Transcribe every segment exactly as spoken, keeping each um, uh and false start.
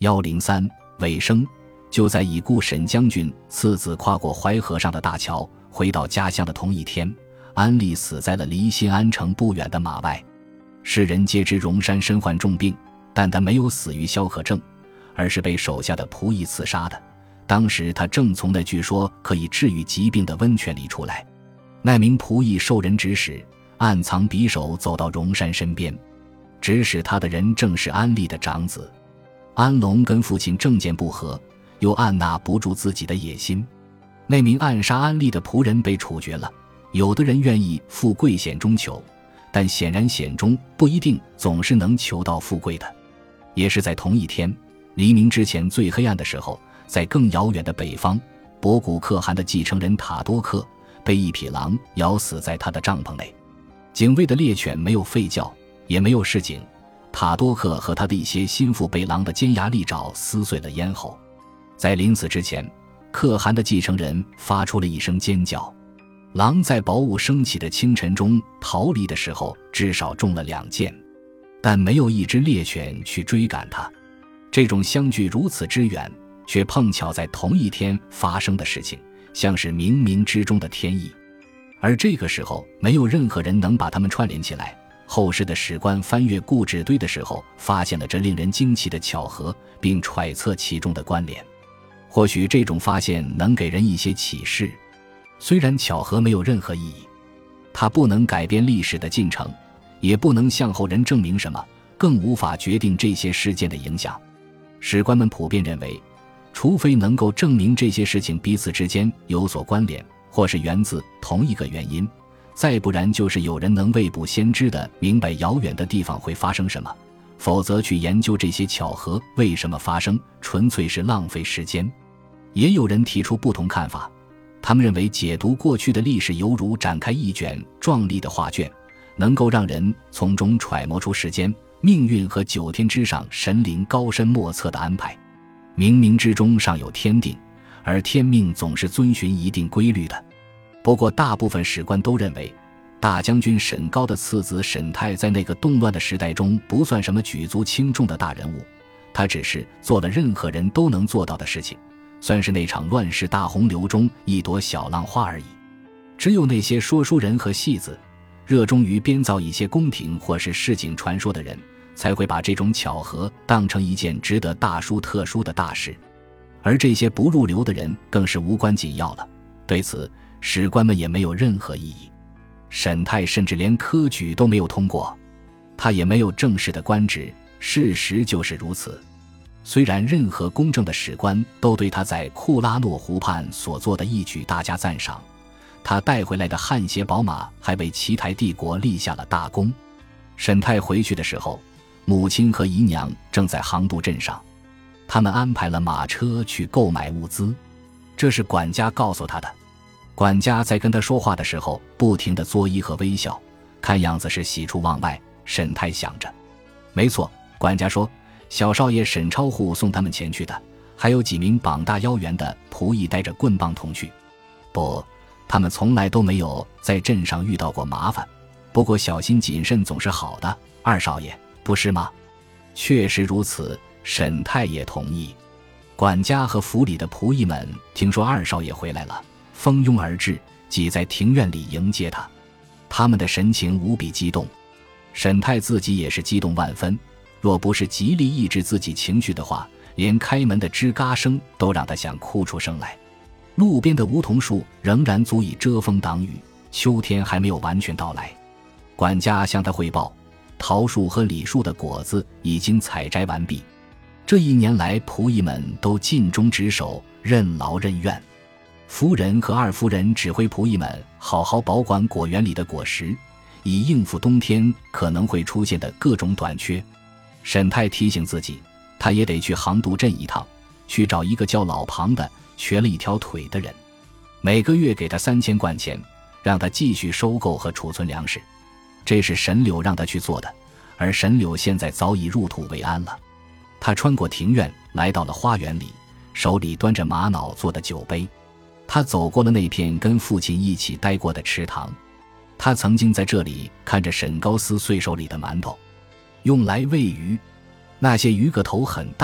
一零三尾声，就在已故沈将军次子跨过淮河上的大桥回到家乡的同一天，安利死在了离新安城不远的马外。世人皆知荣山身患重病，但他没有死于消渴症，而是被手下的仆役刺杀的。当时他正从那据说可以治愈疾病的温泉里出来，那名仆役受人指使，暗藏匕首走到荣山身边，指使他的人正是安利的长子。安龙跟父亲政见不合，又按捺不住自己的野心，那名暗杀安利的仆人被处决了。有的人愿意富贵险中求，但显然险中不一定总是能求到富贵的。也是在同一天，黎明之前最黑暗的时候，在更遥远的北方，博古可汗的继承人塔多克被一匹狼咬死在他的帐篷内。警卫的猎犬没有吠叫，也没有示警，塔多克和他的一些心腹被狼的尖牙利爪撕碎了咽喉。在临死之前，可汗的继承人发出了一声尖叫。狼在薄雾升起的清晨中逃离的时候至少中了两箭，但没有一只猎犬去追赶它。这种相距如此之远，却碰巧在同一天发生的事情，像是冥冥之中的天意。而这个时候没有任何人能把它们串联起来。后世的史官翻阅故纸堆的时候，发现了这令人惊奇的巧合，并揣测其中的关联。或许这种发现能给人一些启示。虽然巧合没有任何意义，它不能改变历史的进程，也不能向后人证明什么，更无法决定这些事件的影响。史官们普遍认为，除非能够证明这些事情彼此之间有所关联，或是源自同一个原因，再不然就是有人能未卜先知地明白遥远的地方会发生什么，否则去研究这些巧合为什么发生，纯粹是浪费时间。也有人提出不同看法，他们认为解读过去的历史犹如展开一卷壮丽的画卷，能够让人从中揣摩出时间、命运和九天之上神灵高深莫测的安排。冥冥之中尚有天定，而天命总是遵循一定规律的。不过大部分史官都认为，大将军沈高的次子沈泰在那个动乱的时代中不算什么举足轻重的大人物，他只是做了任何人都能做到的事情，算是那场乱世大洪流中一朵小浪花而已。只有那些说书人和戏子，热衷于编造一些宫廷或是市井传说的人，才会把这种巧合当成一件值得大书特书的大事，而这些不入流的人更是无关紧要了。对此，史官们也没有任何异议。沈泰甚至连科举都没有通过，他也没有正式的官职，事实就是如此。虽然任何公正的史官都对他在库拉诺湖畔所做的一举大加赞赏，他带回来的汗血宝马还为奇台帝国立下了大功。沈泰回去的时候，母亲和姨娘正在杭都镇上，他们安排了马车去购买物资，这是管家告诉他的。管家在跟他说话的时候不停地作揖和微笑，看样子是喜出望外。沈泰想着，没错，管家说，小少爷沈超户送他们前去的，还有几名膀大腰圆的仆役带着棍棒同去。不，他们从来都没有在镇上遇到过麻烦，不过小心谨慎总是好的，二少爷，不是吗？确实如此，沈泰也同意。管家和府里的仆役们听说二少爷回来了，蜂拥而至，挤在庭院里迎接他。他们的神情无比激动，沈泰自己也是激动万分，若不是极力抑制自己情绪的话，连开门的吱嘎声都让他想哭出声来。路边的梧桐树仍然足以遮风挡雨，秋天还没有完全到来。管家向他汇报，桃树和李树的果子已经采摘完毕。这一年来，仆役们都尽忠职守，任劳任怨。夫人和二夫人指挥仆役们好好保管果园里的果实，以应付冬天可能会出现的各种短缺。沈泰提醒自己，他也得去杭都镇一趟，去找一个叫老庞的瘸了一条腿的人，每个月给他三千贯钱，让他继续收购和储存粮食。这是沈柳让他去做的，而沈柳现在早已入土为安了。他穿过庭院，来到了花园里，手里端着玛瑙做的酒杯。他走过了那片跟父亲一起待过的池塘，他曾经在这里看着沈高撕碎手里的馒头，用来喂鱼。那些鱼个头很大，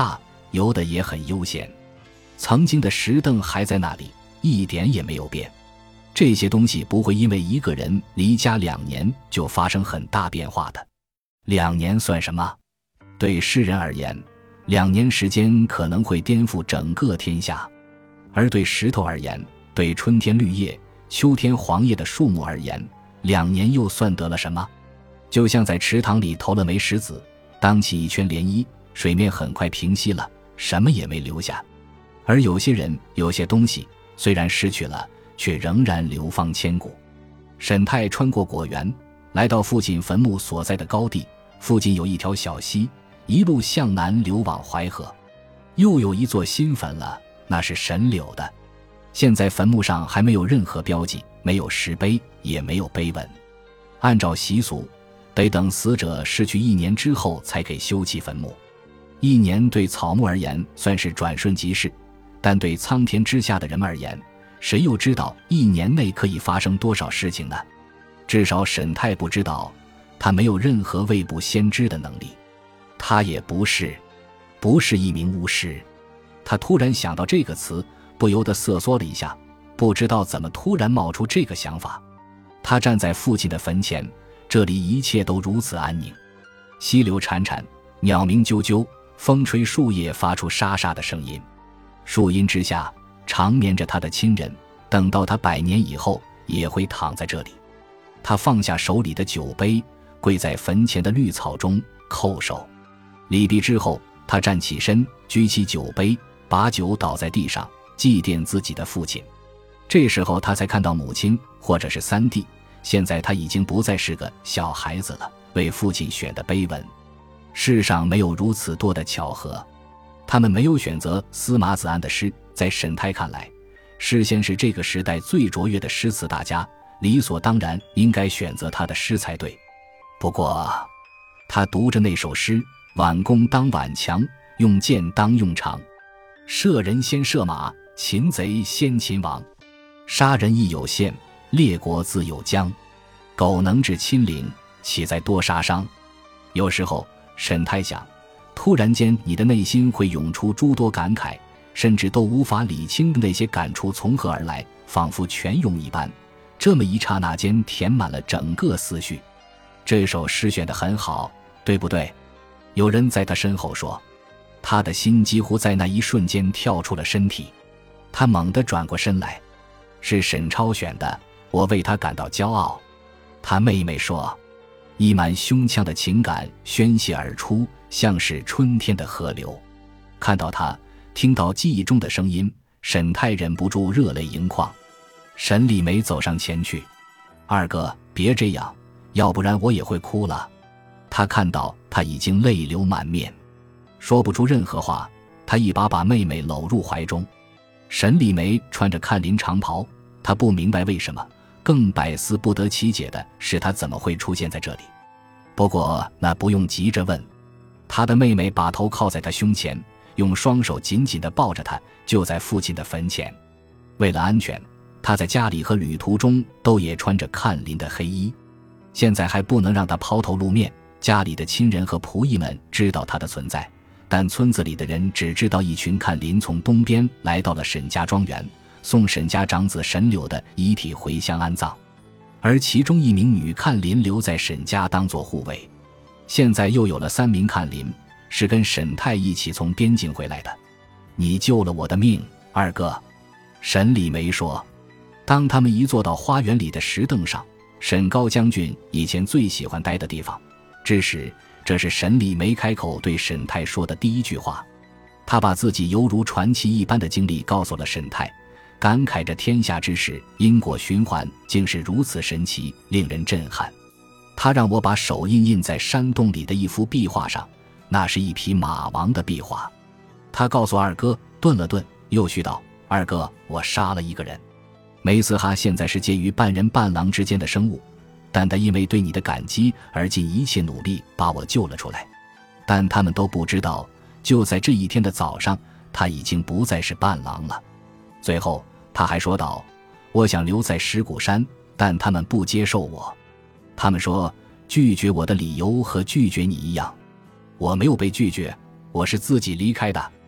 游得也很悠闲。曾经的石凳还在那里，一点也没有变。这些东西不会因为一个人离家两年就发生很大变化的。两年算什么？对诗人而言，两年时间可能会颠覆整个天下；而对石头而言，对春天绿叶、秋天黄叶的树木而言，两年又算得了什么？就像在池塘里投了枚石子，当起一圈涟漪，水面很快平息了，什么也没留下。而有些人，有些东西，虽然失去了，却仍然流芳千古。沈太穿过果园，来到父亲坟墓所在的高地，附近有一条小溪，一路向南流往淮河。又有一座新坟了，那是沈柳的。现在坟墓上还没有任何标记，没有石碑，也没有碑文。按照习俗，得等死者逝去一年之后才给修葺坟墓。一年对草木而言算是转瞬即逝，但对苍天之下的人们而言，谁又知道一年内可以发生多少事情呢？至少沈太不知道，他没有任何未卜先知的能力。他也不是不是一名巫师。他突然想到这个词，不由得瑟缩了一下，不知道怎么突然冒出这个想法。他站在父亲的坟前，这里一切都如此安宁，溪流潺潺，鸟鸣啾啾，风吹树叶发出沙沙的声音。树荫之下长眠着他的亲人，等到他百年以后也会躺在这里。他放下手里的酒杯，跪在坟前的绿草中叩首。礼毕之后，他站起身，举起酒杯，把酒倒在地上，祭奠自己的父亲。这时候他才看到母亲，或者是三弟，现在他已经不再是个小孩子了，为父亲选的碑文。世上没有如此多的巧合。他们没有选择司马子安的诗，在沈太看来，诗仙是这个时代最卓越的诗词大家，理所当然应该选择他的诗才对。不过他读着那首诗，挽弓当挽强，用箭当用长，射人先射马，擒贼先擒王，杀人亦有限，列国自有疆，苟能至亲邻，岂在多杀伤。有时候沈太想，突然间你的内心会涌出诸多感慨，甚至都无法理清那些感触从何而来，仿佛泉涌一般，这么一刹那间填满了整个思绪。这首诗选得很好，对不对？有人在他身后说。他的心几乎在那一瞬间跳出了身体，他猛地转过身来。是沈超选的，我为他感到骄傲。他妹妹说。溢满胸腔的情感宣泄而出，像是春天的河流。看到他，听到记忆中的声音，沈太忍不住热泪盈眶。沈丽梅走上前去，二哥，别这样，要不然我也会哭了。他看到他已经泪流满面，说不出任何话，他一把把妹妹搂入怀中。沈丽梅穿着看林长袍，她不明白为什么，更百思不得其解的是他怎么会出现在这里。不过那不用急着问。他的妹妹把头靠在他胸前，用双手紧紧地抱着他，就在父亲的坟前。为了安全，他在家里和旅途中都也穿着看林的黑衣。现在还不能让他抛头露面，家里的亲人和仆役们知道他的存在，但村子里的人只知道一群看林从东边来到了沈家庄园，送沈家长子沈柳的遗体回乡安葬，而其中一名女看林留在沈家当作护卫。现在又有了三名看林，是跟沈太一起从边境回来的。你救了我的命，二哥。沈礼梅说。当他们一坐到花园里的石凳上，沈高将军以前最喜欢待的地方，这时这是沈礼梅开口对沈太说的第一句话。他把自己犹如传奇一般的经历告诉了沈太，感慨着天下之事因果循环竟是如此神奇，令人震撼。他让我把手印印在山洞里的一幅壁画上，那是一匹马王的壁画。他告诉二哥，顿了顿，又续道，二哥，我杀了一个人。梅斯哈现在是介于半人半狼之间的生物，但他因为对你的感激而尽一切努力把我救了出来。但他们都不知道，就在这一天的早上，他已经不再是伴郎了。最后他还说道，我想留在石鼓山，但他们不接受我。他们说拒绝我的理由和拒绝你一样。我没有被拒绝，我是自己离开的。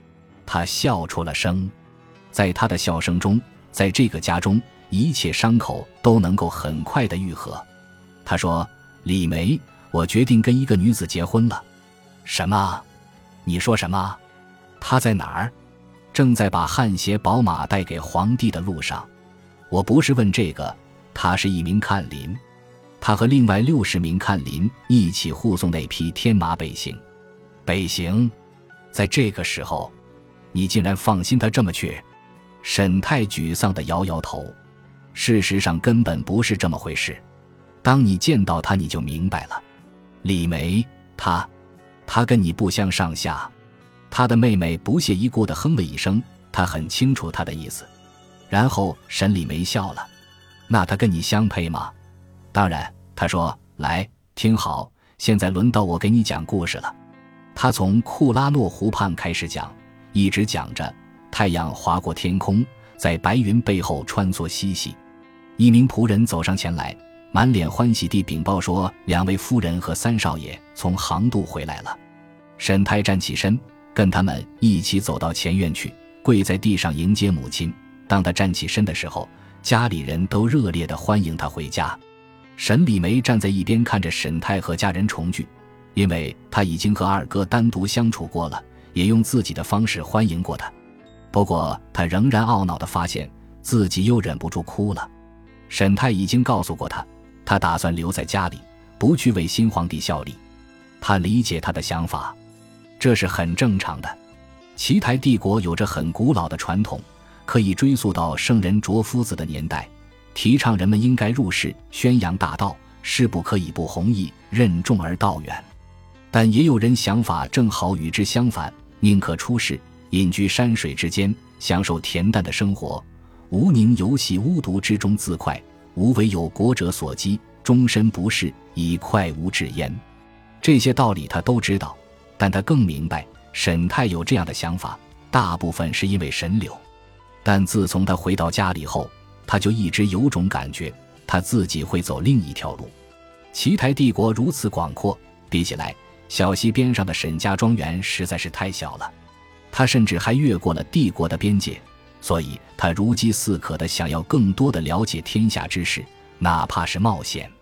他笑出了声。在他的笑声中，在这个家中，一切伤口都能够很快地愈合。他说：李梅，我决定跟一个女子结婚了。什么？你说什么？她在哪儿？正在把汗血宝马带给皇帝的路上。我不是问这个，他是一名看林，他和另外六十名看林一起护送那匹天马北行。北行？在这个时候，你竟然放心他这么去？沈太沮丧地摇摇头。事实上根本不是这么回事。当你见到他，你就明白了。李梅，他，他跟你不相上下。他的妹妹不屑一顾地哼了一声，他很清楚他的意思。然后沈李梅笑了。那他跟你相配吗？当然，他说，来，听好，现在轮到我给你讲故事了。他从库拉诺湖畔开始讲，一直讲着，太阳划过天空，在白云背后穿梭嬉戏。一名仆人走上前来，满脸欢喜地禀报说，两位夫人和三少爷从航渡回来了。沈太站起身，跟他们一起走到前院去，跪在地上迎接母亲。当他站起身的时候，家里人都热烈地欢迎他回家。沈李梅站在一边看着沈太和家人重聚，因为他已经和二哥单独相处过了，也用自己的方式欢迎过他。不过他仍然懊恼地发现自己又忍不住哭了。沈太已经告诉过他，他打算留在家里，不去为新皇帝效力。他理解他的想法，这是很正常的。齐台帝国有着很古老的传统，可以追溯到圣人卓夫子的年代，提倡人们应该入世，宣扬大道，事不可以不弘毅，任重而道远。但也有人想法正好与之相反，宁可出世，隐居山水之间，享受恬淡的生活，无宁游戏巫毒之中自快，无为有国者所击，终身不仕，以快无至焉。这些道理他都知道，但他更明白沈太有这样的想法，大部分是因为沈柳。但自从他回到家里后，他就一直有种感觉，他自己会走另一条路。齐台帝国如此广阔，比起来小溪边上的沈家庄园实在是太小了，他甚至还越过了帝国的边界，所以他如饥似渴地想要更多地了解天下之事，哪怕是冒险。